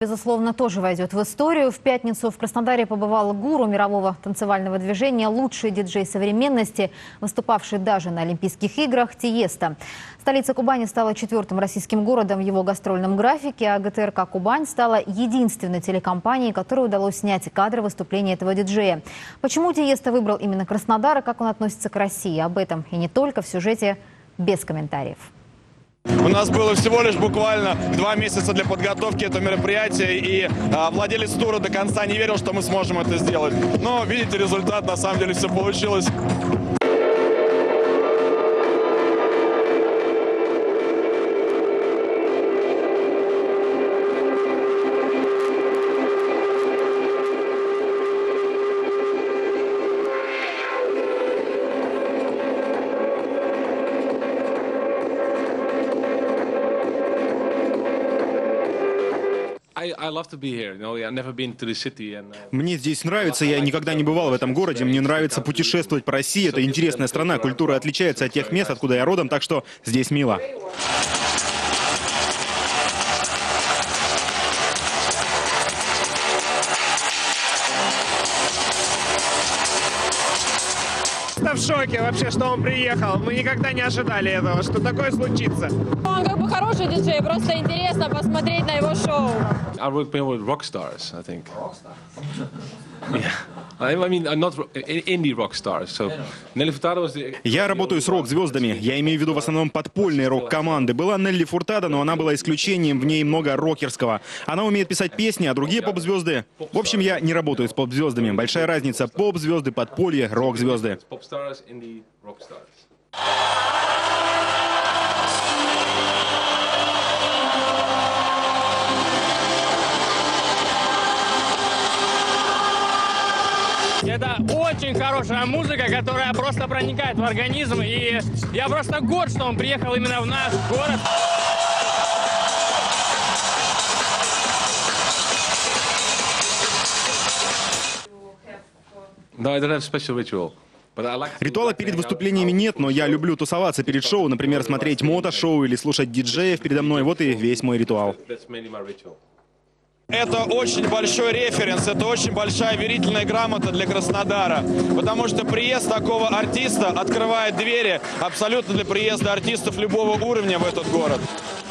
Безусловно, тоже войдет в историю. В пятницу в Краснодаре побывал гуру мирового танцевального движения, лучший диджей современности, выступавший даже на Олимпийских играх, Тиесто. Столица Кубани стала 4-м российским городом в его гастрольном графике, а ГТРК «Кубань» стала единственной телекомпанией, которой удалось снять кадры выступления этого диджея. Почему Тиесто выбрал именно Краснодар и как он относится к России? Об этом и не только в сюжете без комментариев. У нас было всего лишь буквально 2 месяца для подготовки этого мероприятия, и владелец тура до конца не верил, что мы сможем это сделать. Но видите результат, на самом деле все получилось. Мне здесь нравится, я никогда не бывал в этом городе, мне нравится путешествовать по России, это интересная страна, культура отличается от тех мест, откуда я родом, так что здесь мило. В шоке вообще, что он приехал. Мы никогда не ожидали этого, что такое случится. Он как бы хороший диджей, просто интересно посмотреть на его шоу. Я работаю с рок-звездами. Я имею в виду в основном подпольные рок-команды. Была Нелли Фуртадо, но она была исключением, в ней много рокерского. Она умеет писать песни, а другие поп-звезды... В общем, я не работаю с поп-звездами. Большая разница: поп-звезды, подполье, рок-звезды. Это очень хорошая музыка, которая просто проникает в организм. И я просто горд, что он приехал именно в наш город. Ритуала перед выступлениями нет, но я люблю тусоваться перед шоу, например, смотреть мото-шоу или слушать диджеев передо мной. Вот и весь мой ритуал. Это очень большой референс, это очень большая верительная грамота для Краснодара, потому что приезд такого артиста открывает двери абсолютно для приезда артистов любого уровня в этот город.